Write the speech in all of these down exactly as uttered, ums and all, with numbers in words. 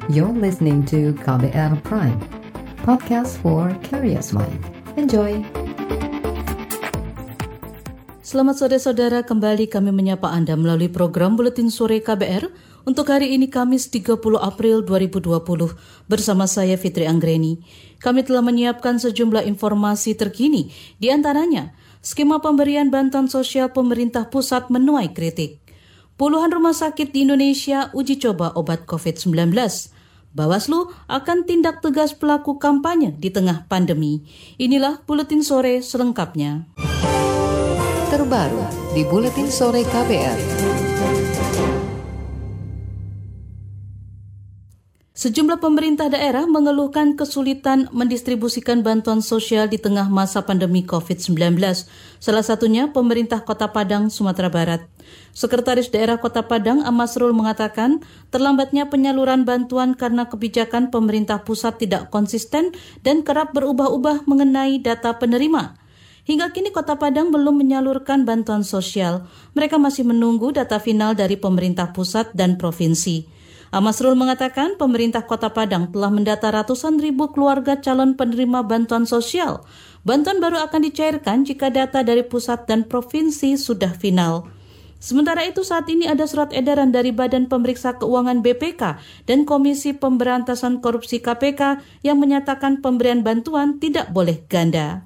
You're listening to K B R Prime, podcast for curious mind. Enjoy! Selamat sore saudara, kembali kami menyapa Anda melalui program Buletin Sore K B R untuk hari ini Kamis tiga puluh April dua ribu dua puluh bersama saya Fitri Anggreni. Kami telah menyiapkan sejumlah informasi terkini, di antaranya skema pemberian bantuan sosial pemerintah pusat menuai kritik. Puluhan rumah sakit di Indonesia uji coba obat covid sembilan belas. Bawaslu akan tindak tegas pelaku kampanye di tengah pandemi. Inilah Buletin Sore selengkapnya. Terbaru di Buletin Sore K B R. Sejumlah pemerintah daerah mengeluhkan kesulitan mendistribusikan bantuan sosial di tengah masa pandemi covid sembilan belas. Salah satunya pemerintah Kota Padang, Sumatera Barat. Sekretaris Daerah Kota Padang, Amasrul, mengatakan terlambatnya penyaluran bantuan karena kebijakan pemerintah pusat tidak konsisten dan kerap berubah-ubah mengenai data penerima. Hingga kini Kota Padang belum menyalurkan bantuan sosial. Mereka masih menunggu data final dari pemerintah pusat dan provinsi. Amasrul mengatakan pemerintah Kota Padang telah mendata ratusan ribu keluarga calon penerima bantuan sosial. Bantuan baru akan dicairkan jika data dari pusat dan provinsi sudah final. Sementara itu saat ini ada surat edaran dari Badan Pemeriksa Keuangan B P K dan Komisi Pemberantasan Korupsi K P K yang menyatakan pemberian bantuan tidak boleh ganda.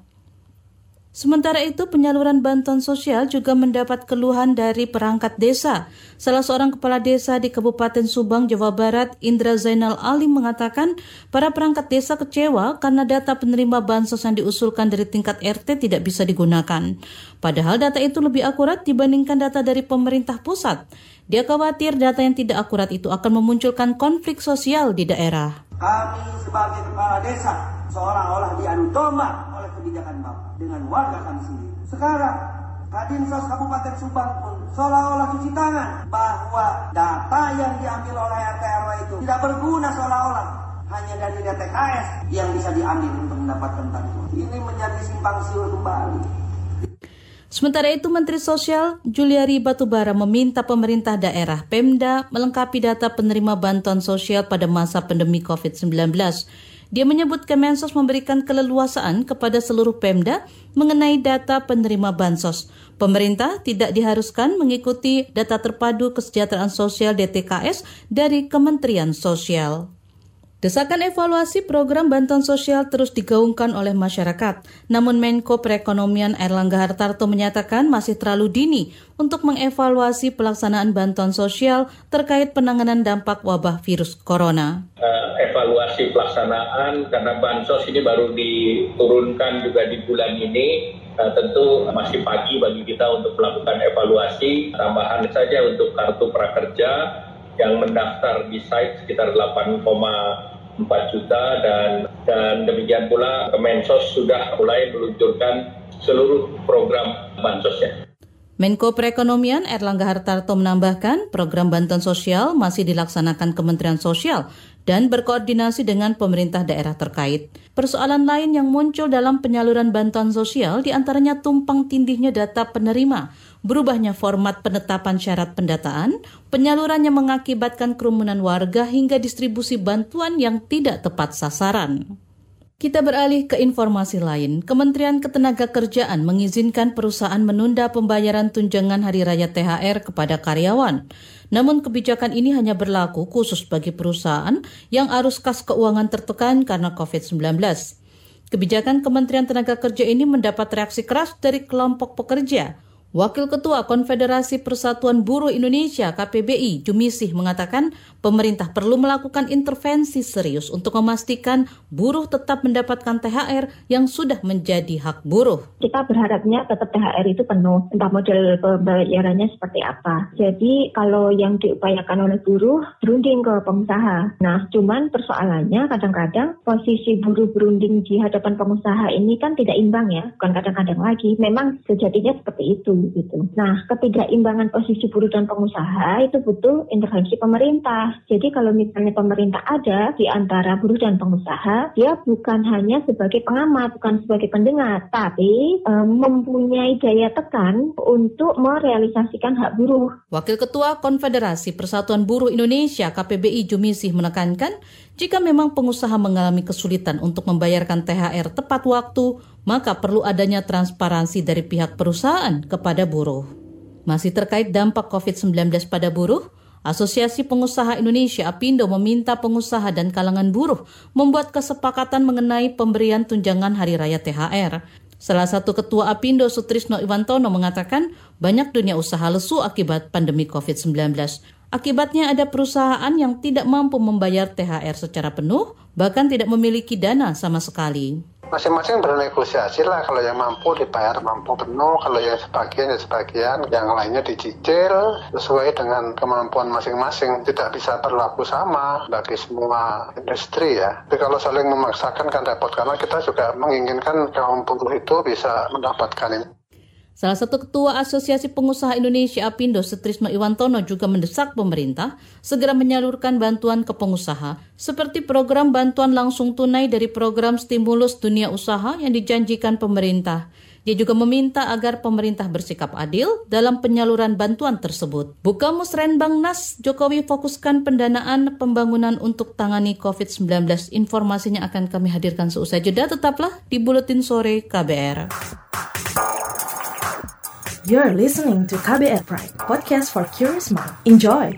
Sementara itu, penyaluran bantuan sosial juga mendapat keluhan dari perangkat desa. Salah seorang kepala desa di Kabupaten Subang, Jawa Barat, Indra Zainal Alim, mengatakan para perangkat desa kecewa karena data penerima bansos yang diusulkan dari tingkat R T tidak bisa digunakan. Padahal data itu lebih akurat dibandingkan data dari pemerintah pusat. Dia khawatir data yang tidak akurat itu akan memunculkan konflik sosial di daerah. Kami sebagai kepala desa seolah-olah diadu domba oleh kebijakan Bapak dengan warga kami sendiri. Sekarang Kadinsos Kabupaten Subang pun seolah-olah cuci tangan bahwa data yang diambil oleh R T R W itu tidak berguna, seolah-olah hanya dari D T K S yang bisa diambil untuk mendapatkan bantuan. Ini menjadi simpang siur kembali. Sementara itu, Menteri Sosial Juliari Batubara meminta pemerintah daerah Pemda melengkapi data penerima bantuan sosial pada masa pandemi covid sembilan belas. Dia menyebut Kemensos memberikan keleluasaan kepada seluruh Pemda mengenai data penerima bansos. Pemerintah tidak diharuskan mengikuti data terpadu kesejahteraan sosial D T K S dari Kementerian Sosial. Desakan evaluasi program bantuan sosial terus digaungkan oleh masyarakat. Namun Menko Perekonomian Airlangga Hartarto menyatakan masih terlalu dini untuk mengevaluasi pelaksanaan bantuan sosial terkait penanganan dampak wabah virus corona. Uh, evaluasi pelaksanaan karena bansos ini baru diturunkan juga di bulan ini. Uh, tentu masih pagi bagi kita untuk melakukan evaluasi. Tambahan saja untuk kartu prakerja yang mendaftar di site sekitar delapan koma empat juta dan dan demikian pula Kemensos sudah mulai meluncurkan seluruh program bansosnya. Menko Perekonomian Airlangga Hartarto menambahkan program bantuan sosial masih dilaksanakan Kementerian Sosial dan berkoordinasi dengan pemerintah daerah terkait. Persoalan lain yang muncul dalam penyaluran bantuan sosial diantaranya tumpang tindihnya data penerima, berubahnya format penetapan syarat pendataan, penyaluran yang mengakibatkan kerumunan warga hingga distribusi bantuan yang tidak tepat sasaran. Kita beralih ke informasi lain. Kementerian Ketenagakerjaan mengizinkan perusahaan menunda pembayaran tunjangan hari raya T H R kepada karyawan. Namun kebijakan ini hanya berlaku khusus bagi perusahaan yang arus kas keuangan tertekan karena covid sembilan belas. Kebijakan Kementerian Tenaga Kerja ini mendapat reaksi keras dari kelompok pekerja. Wakil Ketua Konfederasi Persatuan Buruh Indonesia K P B I, Jumisih, mengatakan pemerintah perlu melakukan intervensi serius untuk memastikan buruh tetap mendapatkan T H R yang sudah menjadi hak buruh. Kita berharapnya tetap T H R itu penuh, entah model pembayarannya seperti apa. Jadi kalau yang diupayakan oleh buruh berunding ke pengusaha. Nah, cuman persoalannya kadang-kadang posisi buruh berunding di hadapan pengusaha ini kan tidak imbang ya, bukan kadang-kadang lagi. Memang sejatinya seperti itu. baru gitu. Nah, ketidakimbangan posisi buruh dan pengusaha itu butuh intervensi pemerintah. Jadi kalau misalnya pemerintah ada di antara buruh dan pengusaha, dia bukan hanya sebagai pengamat, bukan sebagai pendengar, tapi e, mempunyai daya tekan untuk merealisasikan hak buruh. Wakil Ketua Konfederasi Persatuan Buruh Indonesia K P B I Jumisih menekankan, jika memang pengusaha mengalami kesulitan untuk membayarkan T H R tepat waktu, maka perlu adanya transparansi dari pihak perusahaan kepada buruh. Masih terkait dampak covid sembilan belas pada buruh, Asosiasi Pengusaha Indonesia Apindo meminta pengusaha dan kalangan buruh membuat kesepakatan mengenai pemberian tunjangan Hari Raya T H R. Salah satu ketua Apindo, Sutrisno Iwantono, mengatakan banyak dunia usaha lesu akibat pandemi covid sembilan belas. Akibatnya ada perusahaan yang tidak mampu membayar T H R secara penuh, bahkan tidak memiliki dana sama sekali. Masing-masing bernegosiasi lah, kalau yang mampu dibayar mampu penuh, kalau yang sebagian ya sebagian, yang lainnya dicicil sesuai dengan kemampuan masing-masing. Tidak bisa berlaku sama bagi semua industri ya. Tapi kalau saling memaksakan kan repot, karena kita juga menginginkan kaum buruh itu bisa mendapatkan ini. Salah satu ketua Asosiasi Pengusaha Indonesia Apindo, Sutrisno Iwantono, juga mendesak pemerintah segera menyalurkan bantuan ke pengusaha seperti program bantuan langsung tunai dari program stimulus dunia usaha yang dijanjikan pemerintah. Dia juga meminta agar pemerintah bersikap adil dalam penyaluran bantuan tersebut. Buka Musrenbangnas, Jokowi fokuskan pendanaan pembangunan untuk tangani covid sembilan belas. Informasinya akan kami hadirkan seusai jeda. Tetaplah di Buletin Sore K B R. You're listening to K B R Pride, podcast for curious mind. Enjoy!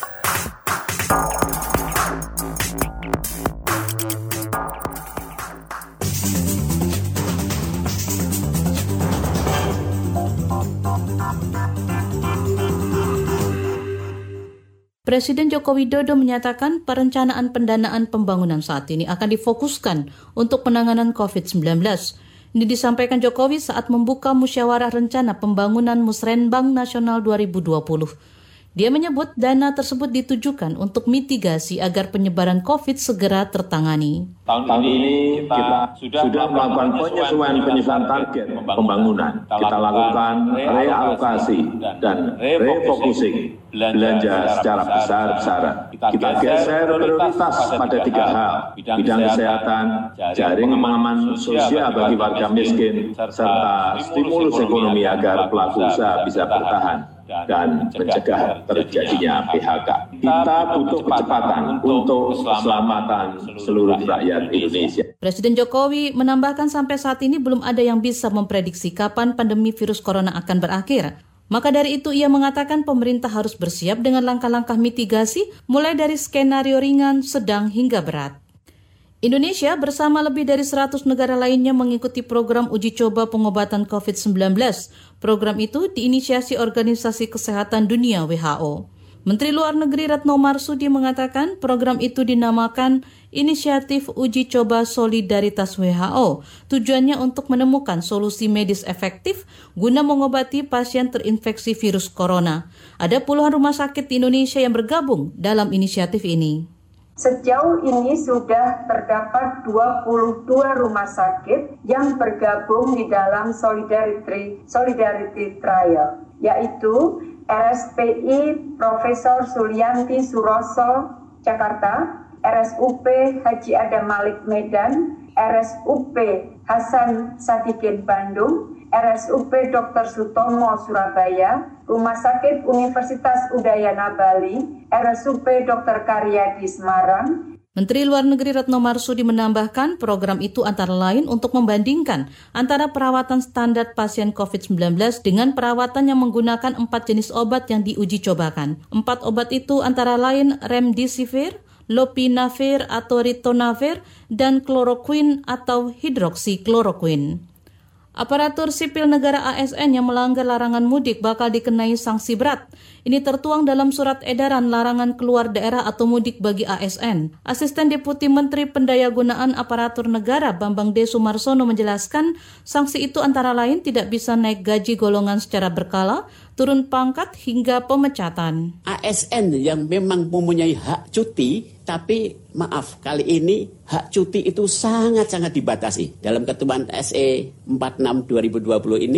Presiden Joko Widodo menyatakan perencanaan pendanaan pembangunan saat ini akan difokuskan untuk penanganan covid sembilan belas. Ini disampaikan Jokowi saat membuka musyawarah rencana pembangunan Musrenbang Nasional dua ribu dua puluh. Dia menyebut dana tersebut ditujukan untuk mitigasi agar penyebaran COVID segera tertangani. Tahun, Tahun ini kita sudah, sudah melakukan penyesuaian penyesuaian target pembangunan. Kita lakukan realokasi dan refocusing belanja secara besar-besaran. Kita geser prioritas pada tiga hal: bidang kesehatan, jaring pengaman sosial bagi warga miskin, serta stimulus ekonomi agar pelaku usaha bisa bertahan dan mencegah terjadinya P H K. Kita butuh kecepatan untuk keselamatan seluruh rakyat Indonesia. Presiden Jokowi menambahkan sampai saat ini belum ada yang bisa memprediksi kapan pandemi virus corona akan berakhir. Maka dari itu ia mengatakan pemerintah harus bersiap dengan langkah-langkah mitigasi mulai dari skenario ringan, sedang hingga berat. Indonesia bersama lebih dari seratus negara lainnya mengikuti program uji coba pengobatan covid sembilan belas. Program itu diinisiasi Organisasi Kesehatan Dunia W H O. Menteri Luar Negeri Retno Marsudi mengatakan program itu dinamakan Inisiatif Uji Coba Solidaritas W H O. Tujuannya untuk menemukan solusi medis efektif guna mengobati pasien terinfeksi virus corona. Ada puluhan rumah sakit di Indonesia yang bergabung dalam inisiatif ini. Sejauh ini sudah terdapat dua puluh dua rumah sakit yang bergabung di dalam Solidarity, Solidarity Trial, yaitu R S P I Profesor Sulianti Suroso, Jakarta, R S U P Haji Adam Malik Medan, R S U P Hasan Sadikin Bandung, R S U P Doktor Sutomo Surabaya, Rumah Sakit Universitas Udayana Bali, R S U P Doktor Karyadi Semarang. Menteri Luar Negeri Retno Marsudi menambahkan program itu antara lain untuk membandingkan antara perawatan standar pasien covid sembilan belas dengan perawatan yang menggunakan empat jenis obat yang diuji cobakan. Empat obat itu antara lain Remdesivir, Lopinavir atau Ritonavir, dan Chloroquine atau hidroksikloroquine. Aparatur sipil negara A S N yang melanggar larangan mudik bakal dikenai sanksi berat. Ini tertuang dalam surat edaran larangan keluar daerah atau mudik bagi A S N. Asisten Deputi Menteri Pendayagunaan Aparatur Negara Bambang D. Sumarsono menjelaskan, sanksi itu antara lain tidak bisa naik gaji golongan secara berkala, turun pangkat hingga pemecatan. A S N yang memang mempunyai hak cuti, tapi maaf, kali ini hak cuti itu sangat-sangat dibatasi. Dalam ketentuan S E empat puluh enam dua ribu dua puluh ini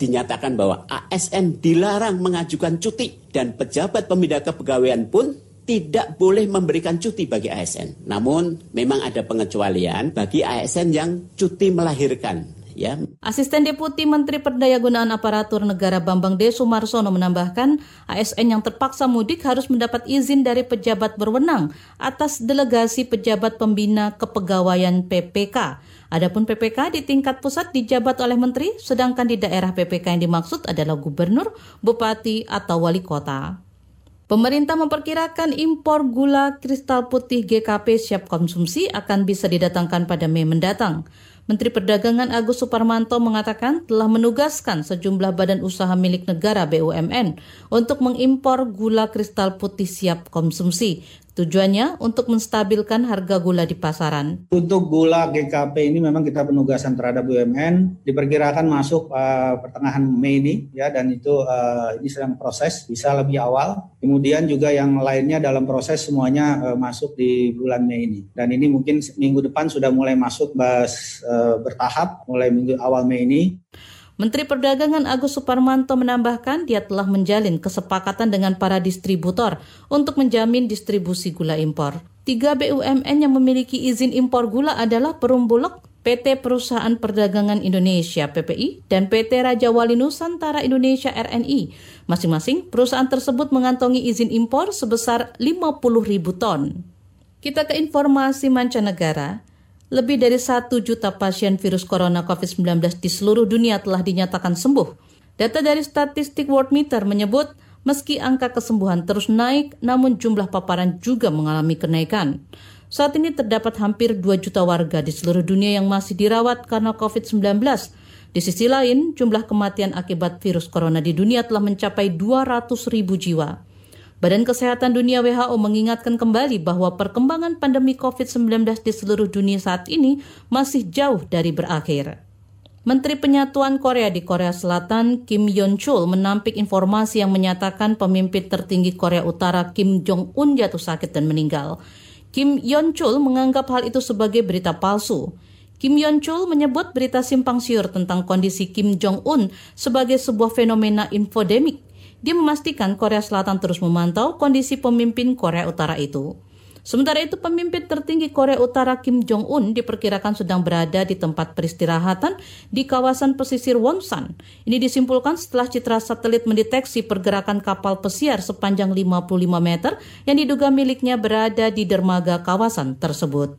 dinyatakan bahwa A S N dilarang mengajukan cuti dan pejabat pembina kepegawaian pun tidak boleh memberikan cuti bagi A S N. Namun memang ada pengecualian bagi A S N yang cuti melahirkan. Ya. Asisten Deputi Menteri Perdayagunaan Aparatur Negara Bambang D. Sumarsono menambahkan, A S N yang terpaksa mudik harus mendapat izin dari pejabat berwenang atas delegasi pejabat pembina kepegawaian P P K. Adapun P P K di tingkat pusat dijabat oleh menteri, sedangkan di daerah P P K yang dimaksud adalah gubernur, bupati, atau wali kota. Pemerintah memperkirakan impor gula kristal putih G K P siap konsumsi akan bisa didatangkan pada Mei mendatang. Menteri Perdagangan Agus Suparmanto mengatakan telah menugaskan sejumlah badan usaha milik negara B U M N untuk mengimpor gula kristal putih siap konsumsi. Tujuannya untuk menstabilkan harga gula di pasaran. Untuk gula G K P ini memang kita penugasan terhadap B U M N, diperkirakan masuk uh, pertengahan Mei ini, ya, dan itu uh, ini sedang proses, bisa lebih awal. Kemudian juga yang lainnya dalam proses semuanya uh, masuk di bulan Mei ini. Dan ini mungkin minggu depan sudah mulai masuk bas, uh, bertahap, mulai minggu awal Mei ini. Menteri Perdagangan Agus Suparmanto menambahkan dia telah menjalin kesepakatan dengan para distributor untuk menjamin distribusi gula impor. Tiga B U M N yang memiliki izin impor gula adalah Perum Bulog, P T Perusahaan Perdagangan Indonesia P P I, dan P T Raja Wali Nusantara Indonesia R N I. Masing-masing perusahaan tersebut mengantongi izin impor sebesar lima puluh ribu ton. Kita ke informasi mancanegara. Lebih dari satu juta pasien virus corona covid sembilan belas di seluruh dunia telah dinyatakan sembuh. Data dari statistik Worldmeter menyebut, meski angka kesembuhan terus naik, namun jumlah paparan juga mengalami kenaikan. Saat ini terdapat hampir dua juta warga di seluruh dunia yang masih dirawat karena covid sembilan belas. Di sisi lain, jumlah kematian akibat virus corona di dunia telah mencapai dua ratus ribu jiwa. Badan Kesehatan Dunia W H O mengingatkan kembali bahwa perkembangan pandemi covid sembilan belas di seluruh dunia saat ini masih jauh dari berakhir. Menteri Penyatuan Korea di Korea Selatan, Kim Yeon-chul, menampik informasi yang menyatakan pemimpin tertinggi Korea Utara Kim Jong-un jatuh sakit dan meninggal. Kim Yeon-chul menganggap hal itu sebagai berita palsu. Kim Yeon-chul menyebut berita simpang siur tentang kondisi Kim Jong-un sebagai sebuah fenomena infodemik. Dia memastikan Korea Selatan terus memantau kondisi pemimpin Korea Utara itu. Sementara itu, pemimpin tertinggi Korea Utara Kim Jong-un diperkirakan sedang berada di tempat peristirahatan di kawasan pesisir Wonsan. Ini disimpulkan setelah citra satelit mendeteksi pergerakan kapal pesiar sepanjang lima puluh lima meter yang diduga miliknya berada di dermaga kawasan tersebut.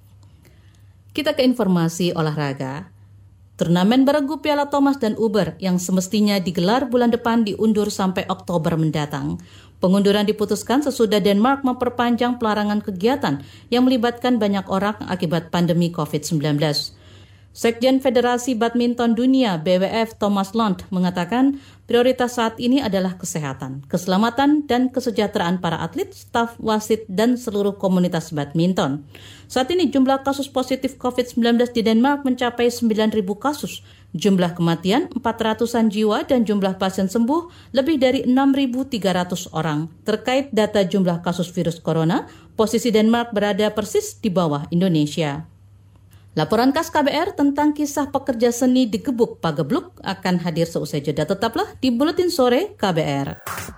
Kita ke informasi olahraga. Turnamen beregu Piala Thomas dan Uber yang semestinya digelar bulan depan diundur sampai Oktober mendatang. Pengunduran diputuskan sesudah Denmark memperpanjang pelarangan kegiatan yang melibatkan banyak orang akibat pandemi covid sembilan belas. Sekjen Federasi Badminton Dunia B W F Thomas Lund mengatakan prioritas saat ini adalah kesehatan, keselamatan, dan kesejahteraan para atlet, staf, wasit, dan seluruh komunitas badminton. Saat ini jumlah kasus positif covid sembilan belas di Denmark mencapai sembilan ribu kasus, jumlah kematian empat ratusan jiwa, dan jumlah pasien sembuh lebih dari enam ribu tiga ratus orang. Terkait data jumlah kasus virus corona, posisi Denmark berada persis di bawah Indonesia. Laporan khas K B R tentang kisah pekerja seni digebuk pagebluk akan hadir seusai jeda. Tetaplah di Buletin Sore K B R.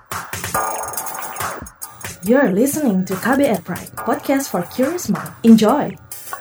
You're listening to K B R Pride, podcast for curious mind. Enjoy!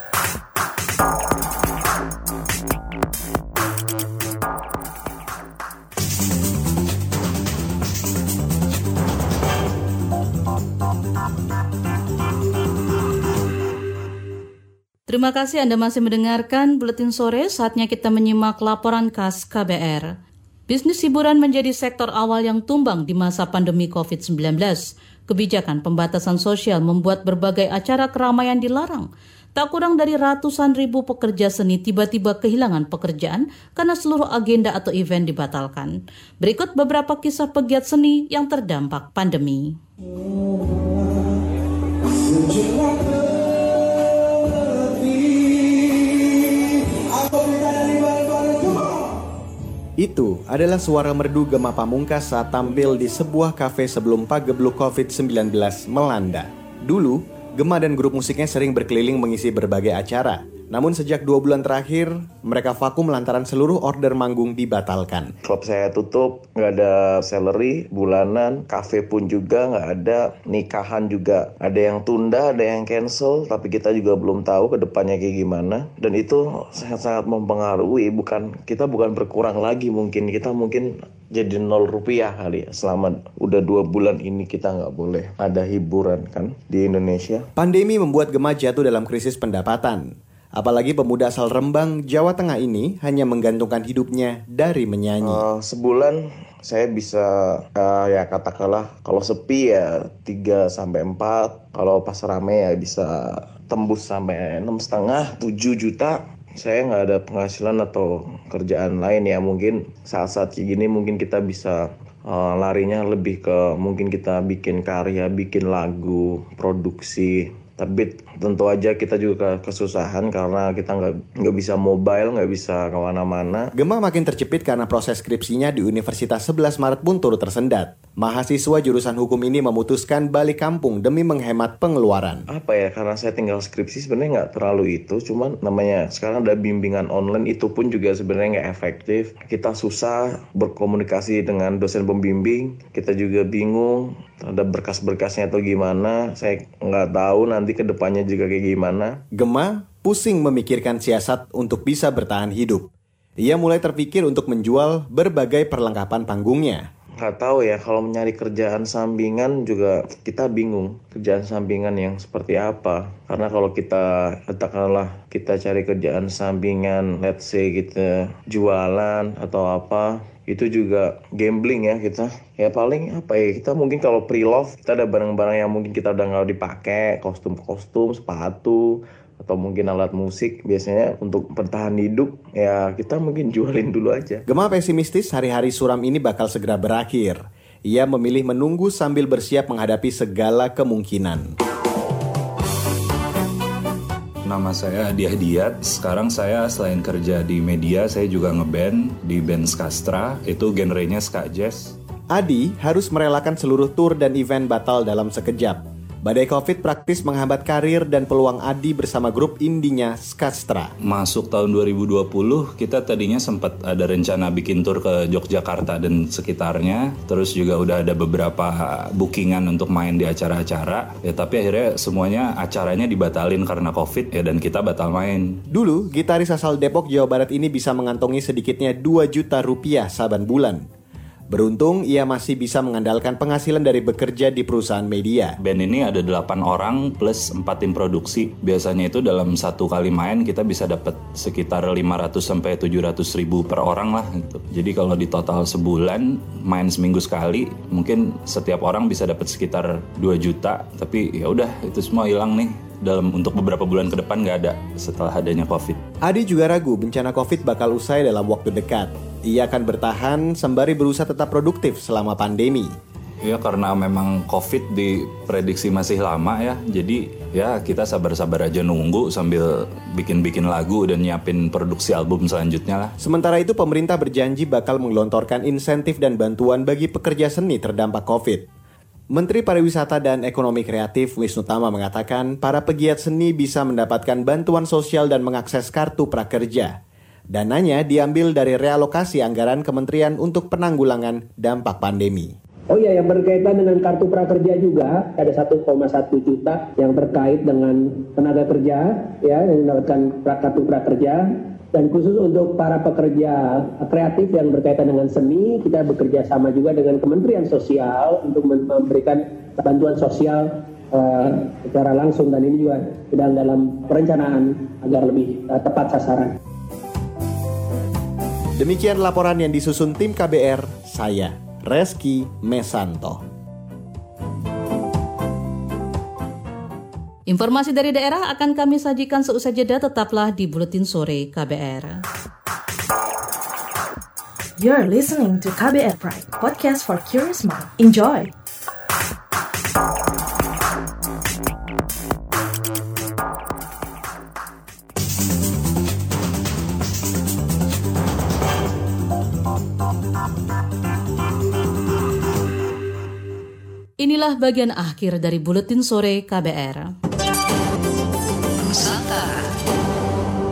Terima kasih Anda masih mendengarkan Buletin Sore. Saatnya kita menyimak laporan khas K B R. Bisnis hiburan menjadi sektor awal yang tumbang di masa pandemi covid sembilan belas. Kebijakan pembatasan sosial membuat berbagai acara keramaian dilarang. Tak kurang dari ratusan ribu pekerja seni tiba-tiba kehilangan pekerjaan karena seluruh agenda atau event dibatalkan. Berikut beberapa kisah pegiat seni yang terdampak pandemi. Itu adalah suara merdu Gema Pamungkas saat tampil di sebuah kafe sebelum pagebluk covid sembilan belas melanda. Dulu, Gema dan grup musiknya sering berkeliling mengisi berbagai acara. Namun sejak dua bulan terakhir, mereka vakum lantaran seluruh order manggung dibatalkan. Klub saya tutup, nggak ada salary bulanan, kafe pun juga nggak ada, nikahan juga ada yang tunda, ada yang cancel, tapi kita juga belum tahu ke depannya kayak gimana. Dan itu sangat-sangat mempengaruhi, bukan kita bukan berkurang lagi mungkin, kita mungkin jadi nol rupiah kali ya. Selama udah dua bulan ini kita nggak boleh ada hiburan kan di Indonesia. Pandemi membuat Gema jatuh dalam krisis pendapatan. Apalagi pemuda asal Rembang, Jawa Tengah ini hanya menggantungkan hidupnya dari menyanyi. Uh, sebulan saya bisa uh, ya katakanlah kalau sepi ya tiga sampai empat, kalau pas rame ya bisa tembus sampai enam setengah, tujuh juta. Saya nggak ada penghasilan atau kerjaan lain ya, mungkin saat-saat kayak gini mungkin kita bisa uh, larinya lebih ke mungkin kita bikin karya, bikin lagu, produksi. Tapi tentu aja kita juga kesusahan karena kita nggak nggak bisa mobile, nggak bisa kemana-mana. Gema makin terjepit karena proses skripsinya di Universitas sebelas Maret pun turut tersendat. Mahasiswa jurusan hukum ini memutuskan balik kampung demi menghemat pengeluaran. Apa ya, karena saya tinggal skripsi sebenarnya nggak terlalu itu, cuman namanya sekarang ada bimbingan online, itu pun juga sebenarnya nggak efektif. Kita susah berkomunikasi dengan dosen pembimbing, kita juga bingung ada berkas-berkasnya atau gimana, saya nggak tahu nanti ke depannya juga kayak gimana. Gema pusing memikirkan siasat untuk bisa bertahan hidup. Ia mulai terpikir untuk menjual berbagai perlengkapan panggungnya. Nggak tahu ya, kalau mencari kerjaan sampingan juga kita bingung kerjaan sampingan yang seperti apa. Karena kalau kita katakanlah kita cari kerjaan sampingan, let's say kita jualan atau apa, itu juga gambling ya kita. Ya paling apa ya, kita mungkin kalau pre-love kita ada barang-barang yang mungkin kita udah nggak dipakai, kostum-kostum, sepatu, atau mungkin alat musik, biasanya untuk bertahan hidup ya kita mungkin jualin dulu aja. Gema pesimistis hari-hari suram ini bakal segera berakhir. Ia memilih menunggu sambil bersiap menghadapi segala kemungkinan. Nama saya Adi Hadiat. Sekarang saya selain kerja di media, saya juga ngeband di band Skastra, itu genrenya ska jazz. Adi harus merelakan seluruh tour dan event batal dalam sekejap. Badai Covid praktis menghambat karir dan peluang Adi bersama grup indinya Skastra. Masuk tahun dua ribu dua puluh, kita tadinya sempat ada rencana bikin tur ke Yogyakarta dan sekitarnya. Terus juga udah ada beberapa bookingan untuk main di acara-acara. Ya, tapi akhirnya semuanya acaranya dibatalin karena Covid ya, dan kita batal main. Dulu, gitaris asal Depok, Jawa Barat ini bisa mengantongi sedikitnya dua juta rupiah saban bulan. Beruntung ia masih bisa mengandalkan penghasilan dari bekerja di perusahaan media. Band ini ada delapan orang plus empat tim produksi. Biasanya itu dalam satu kali main kita bisa dapat sekitar lima ratus sampai tujuh ratus ribu per orang lah gitu. Jadi kalau di total sebulan main seminggu sekali, mungkin setiap orang bisa dapat sekitar dua juta. Tapi ya udah, itu semua hilang nih dalam untuk beberapa bulan ke depan, nggak ada setelah adanya Covid. Adi juga ragu bencana Covid bakal usai dalam waktu dekat. Ia akan bertahan sembari berusaha tetap produktif selama pandemi. Ya karena memang Covid diprediksi masih lama ya. Jadi ya kita sabar-sabar aja nunggu sambil bikin-bikin lagu dan nyiapin produksi album selanjutnya lah. Sementara itu pemerintah berjanji bakal menggelontorkan insentif dan bantuan bagi pekerja seni terdampak Covid. Menteri Pariwisata dan Ekonomi Kreatif Wisnu Tama mengatakan para pegiat seni bisa mendapatkan bantuan sosial dan mengakses kartu prakerja. Dananya diambil dari realokasi anggaran kementerian untuk penanggulangan dampak pandemi. Oh iya, yang berkaitan dengan kartu prakerja juga ada satu koma satu juta yang terkait dengan tenaga kerja ya, yang mendapatkan kartu prakerja. Dan khusus untuk para pekerja kreatif yang berkaitan dengan seni, kita bekerja sama juga dengan Kementerian Sosial untuk memberikan bantuan sosial uh, secara langsung, dan ini juga sedang dalam perencanaan agar lebih uh, tepat sasaran. Demikian laporan yang disusun tim K B R, saya Reski Mesanto. Informasi dari daerah akan kami sajikan seusai jeda, tetaplah di Buletin Sore K B R. You're listening to K B R Pride, podcast for curious mind. Enjoy! Inilah bagian akhir dari Buletin Sore K B R. Nusantara.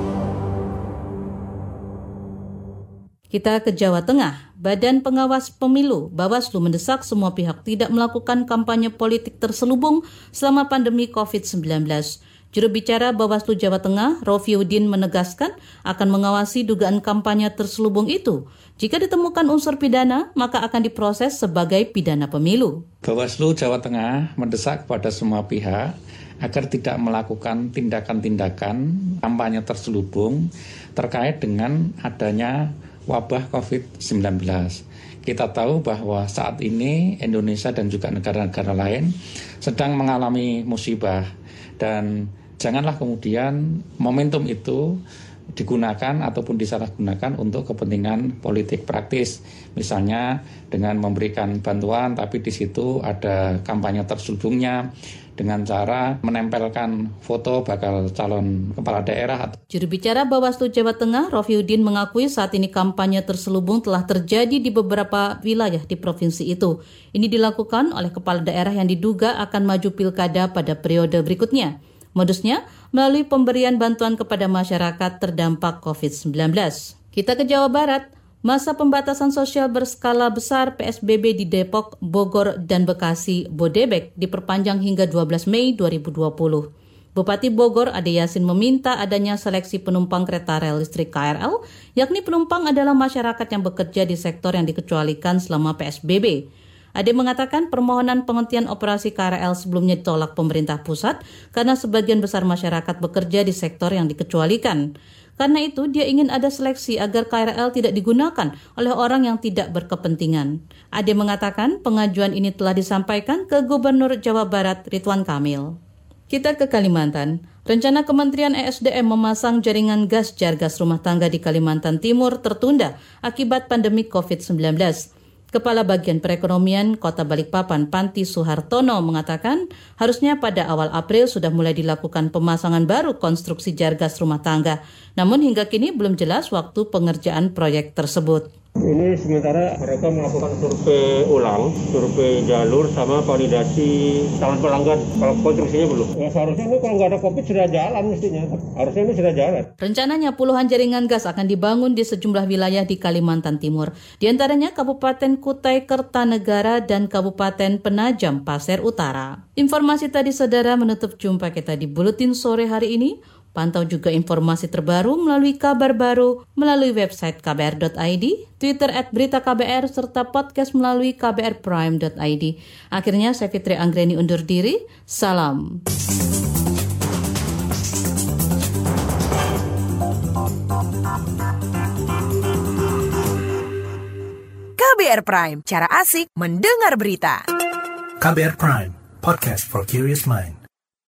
Kita ke Jawa Tengah. Badan Pengawas Pemilu Bawaslu mendesak semua pihak tidak melakukan kampanye politik terselubung selama pandemi covid sembilan belas. Juru bicara Bawaslu Jawa Tengah, Rofiuddin, menegaskan akan mengawasi dugaan kampanye terselubung itu. Jika ditemukan unsur pidana, maka akan diproses sebagai pidana pemilu. Bawaslu Jawa Tengah mendesak kepada semua pihak agar tidak melakukan tindakan-tindakan kampanye terselubung terkait dengan adanya wabah covid sembilan belas. Kita tahu bahwa saat ini Indonesia dan juga negara-negara lain sedang mengalami musibah, dan janganlah kemudian momentum itu digunakan ataupun disalahgunakan untuk kepentingan politik praktis. Misalnya dengan memberikan bantuan tapi di situ ada kampanye terselubungnya dengan cara menempelkan foto bakal calon kepala daerah. Juru bicara Bawaslu Jawa Tengah, Rofiuddin, mengakui saat ini kampanye terselubung telah terjadi di beberapa wilayah di provinsi itu. Ini dilakukan oleh kepala daerah yang diduga akan maju pilkada pada periode berikutnya. Modusnya melalui pemberian bantuan kepada masyarakat terdampak covid sembilan belas. Kita ke Jawa Barat. Masa pembatasan sosial berskala besar P S B B di Depok, Bogor, dan Bekasi, Bodebek diperpanjang hingga dua belas Mei dua ribu dua puluh. Bupati Bogor, Ade Yasin, meminta adanya seleksi penumpang kereta rel listrik K R L, yakni penumpang adalah masyarakat yang bekerja di sektor yang dikecualikan selama P S B B. Ade mengatakan permohonan penghentian operasi K R L sebelumnya ditolak pemerintah pusat karena sebagian besar masyarakat bekerja di sektor yang dikecualikan. Karena itu, dia ingin ada seleksi agar K R L tidak digunakan oleh orang yang tidak berkepentingan. Ade mengatakan pengajuan ini telah disampaikan ke Gubernur Jawa Barat Ridwan Kamil. Kita ke Kalimantan. Rencana Kementerian E S D M memasang jaringan gas Jargas rumah tangga di Kalimantan Timur tertunda akibat pandemi covid sembilan belas. Kepala Bagian Perekonomian Kota Balikpapan, Panti Suhartono, mengatakan harusnya pada awal April sudah mulai dilakukan pemasangan baru konstruksi Jargas rumah tangga. Namun hingga kini belum jelas waktu pengerjaan proyek tersebut. Ini sementara mereka melakukan survei ulang, survei jalur sama validasi calon pelanggan. Kalau konstruksinya belum. Ya, seharusnya ini kalau nggak ada COVID sudah jalan mestinya. Harusnya ini sudah jalan. Rencananya puluhan jaringan gas akan dibangun di sejumlah wilayah di Kalimantan Timur. Di antaranya Kabupaten Kutai Kertanegara dan Kabupaten Penajam Pasir Utara. Informasi tadi saudara menutup jumpa kita di Buletin Sore hari ini. Pantau juga informasi terbaru melalui kabar baru melalui website k b r dot i d, Twitter at berita K B R, serta podcast melalui k b r prime dot i d. Akhirnya saya Fitri Anggreni undur diri. Salam. K B R Prime, cara asik mendengar berita. K B R Prime, podcast for curious mind.